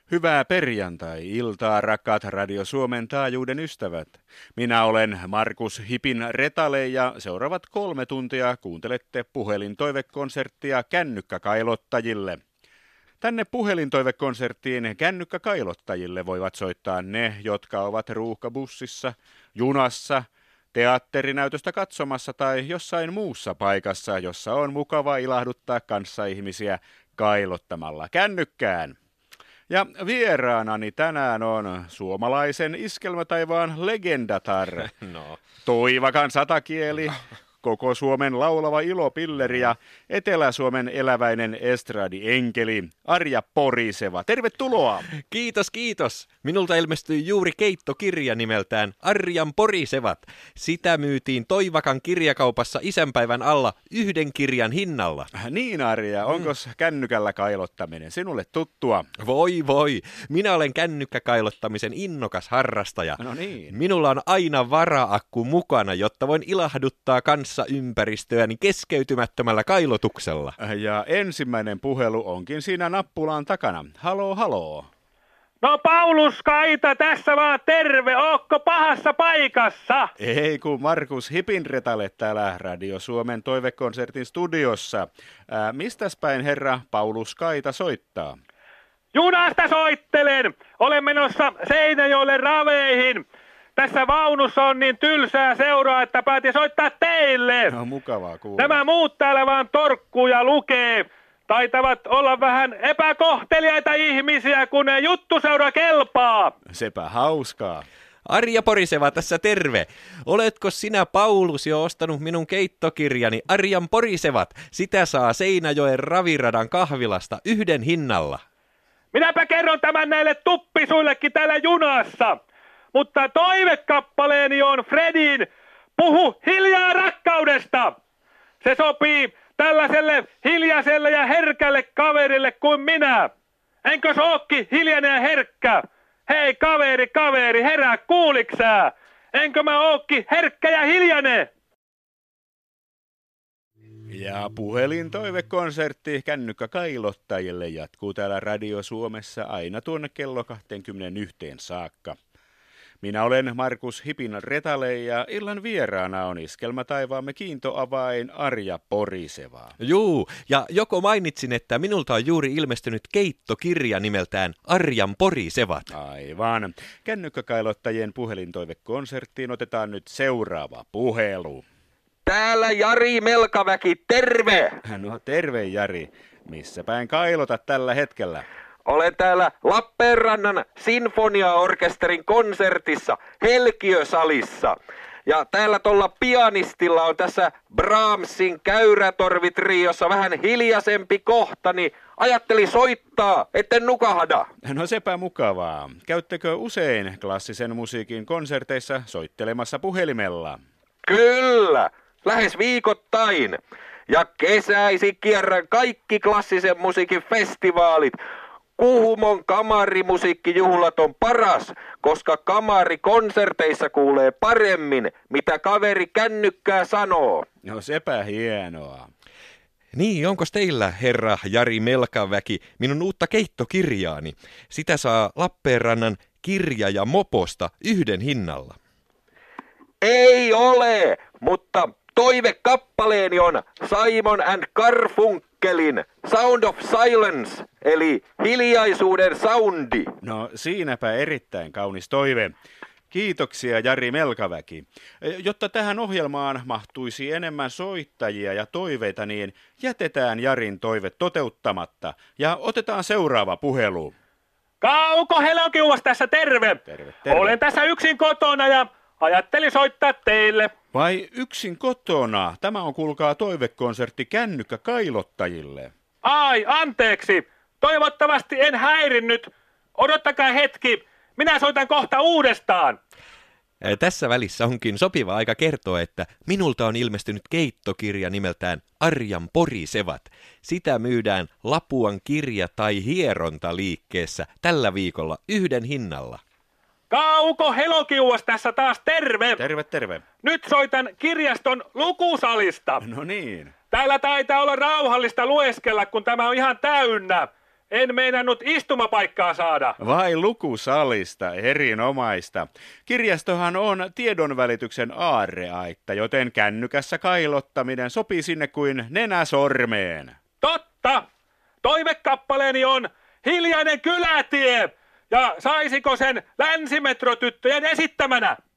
Hyvää perjantai-iltaa, rakkaat Radio Suomen taajuuden ystävät. Minä olen Markus Hipin Retale ja seuraavat 3 tuntia kuuntelette puhelintoivekonserttia kännykkäkailottajille. Tänne puhelintoivekonserttiin kännykkäkailottajille voivat soittaa ne, jotka ovat ruuhkabussissa, junassa, teatterinäytöstä katsomassa tai jossain muussa paikassa, jossa on mukava ilahduttaa kanssaihmisiä kailottamalla kännykkään. Ja vieraanani tänään on suomalaisen iskelmätaivaan legendatar, Toivakan satakieli, koko Suomen laulava ilopilleri ja Etelä-Suomen eläväinen estradi-enkeli Arja Poriseva. Tervetuloa! Kiitos, kiitos. Minulta ilmestyi juuri keittokirja nimeltään Arjan Porisevat. Sitä myytiin Toivakan kirjakaupassa isänpäivän alla 1 kirjan hinnalla. Niin Arja, onkos kännykällä kailottaminen sinulle tuttua? Voi. Minä olen kännykkäkailottamisen innokas harrastaja. No niin. Minulla on aina varaakku mukana, jotta voin ilahduttaa ympäristöäni keskeytymättömällä kailotuksella. Ja ensimmäinen puhelu onkin siinä nappulan takana. Haloo. No Paulus Kaita, tässä vaan terve, ootko pahassa paikassa? Ei kun Markus Hipinretale täällä Radio Suomen toivekonsertin studiossa. Mistäs päin herra Paulus Kaita soittaa? Junasta soittelen, olen menossa Seinäjoelle raveihin. Tässä vaunussa on niin tylsää seuraa, että päätin soittaa teille. No mukavaa kuulla. Nämä muut täällä vaan torkkuu ja lukee. Taitavat olla vähän epäkohteliaita ihmisiä, kun ne juttuseura kelpaa. Sepä hauskaa. Arja Poriseva tässä terve. Oletko sinä Paulus jo ostanut minun keittokirjani Arjan Porisevat? Sitä saa Seinäjoen raviradan kahvilasta 1 hinnalla. Minäpä kerron tämän näille tuppisuillekin täällä junassa. Mutta toivekappaleeni on Fredin Puhu hiljaa rakkaudesta. Se sopii tällaiselle hiljaiselle ja herkälle kaverille kuin minä. Enkö ookki hiljainen ja herkkä? Hei kaveri, herää kuuliksää? Enkö mä ookki herkkä ja hiljainen? Ja puhelintoivekonsertti kännykkäkailottajille jatkuu täällä Radio Suomessa aina tuonne kello 21 saakka. Minä olen Markus Hipin Retale ja illan vieraana on iskelmätaivaamme kiintoavain Arja Poriseva. Juu, ja joko mainitsin, että minulta on juuri ilmestynyt keittokirja nimeltään Arjan Porisevat. Aivan. Kännykkäkailottajien puhelintoivekonserttiin otetaan nyt seuraava puhelu. Täällä Jari Melkaväki, terve! No terve Jari. Missä päin kailotat tällä hetkellä? Olen täällä Lappeenrannan sinfoniaorkesterin konsertissa Helkiösalissa. Ja täällä tuolla pianistilla on tässä Brahmsin käyrätorvitriossa vähän hiljaisempi kohta, niin ajattelin soittaa, etten nukahda. No sepä mukavaa. Käyttekö usein klassisen musiikin konserteissa soittelemassa puhelimella? Kyllä, lähes viikoittain. Ja kesäisin kierrän kaikki klassisen musiikin festivaalit. Kuhmon kamarimusiikkijuhlat on paras, koska kamarikonserteissa kuulee paremmin, mitä kaveri kännykkää sanoo. No sepä hienoa. Niin, onko teillä, herra Jari Melkaväki, minun uutta keittokirjaani? Sitä saa Lappeenrannan kirja- ja moposta 1 hinnalla. Ei ole, mutta toivekappaleeni on Simon and Garfunkelin Sound of Silence, eli hiljaisuuden soundi. No siinäpä erittäin kaunis toive. Kiitoksia Jari Melkaväki. Jotta tähän ohjelmaan mahtuisi enemmän soittajia ja toiveita, niin jätetään Jarin toive toteuttamatta ja otetaan seuraava puhelu. Kauko Helokiuas tässä terve. Terve. Olen tässä yksin kotona ja ajattelin soittaa teille. Vai yksin kotona? Tämä on kuulkaa toivekonsertti kännykkäkailottajille. Ai, anteeksi. Toivottavasti en häirinnyt. Odottakaa hetki. Minä soitan kohta uudestaan. Tässä välissä onkin sopiva aika kertoa, että minulta on ilmestynyt keittokirja nimeltään Arjan Porisevat. Sitä myydään Lapuan kirja- tai hierontaliikkeessä tällä viikolla 1 hinnalla. Kauko Helokiuas tässä taas terve. Terve. Nyt soitan kirjaston lukusalista. No niin. Täällä taitaa olla rauhallista lueskella, kun tämä on ihan täynnä. En meinannut istumapaikkaa saada. Vai lukusalista, erinomaista. Kirjastohan on tiedonvälityksen aarreaitta, joten kännykässä kailottaminen sopii sinne kuin nenä sormeen. Totta! Toivekappaleeni on Hiljainen kylätie. Ja saisiko sen Länsimetrotyttöjen esittämänä?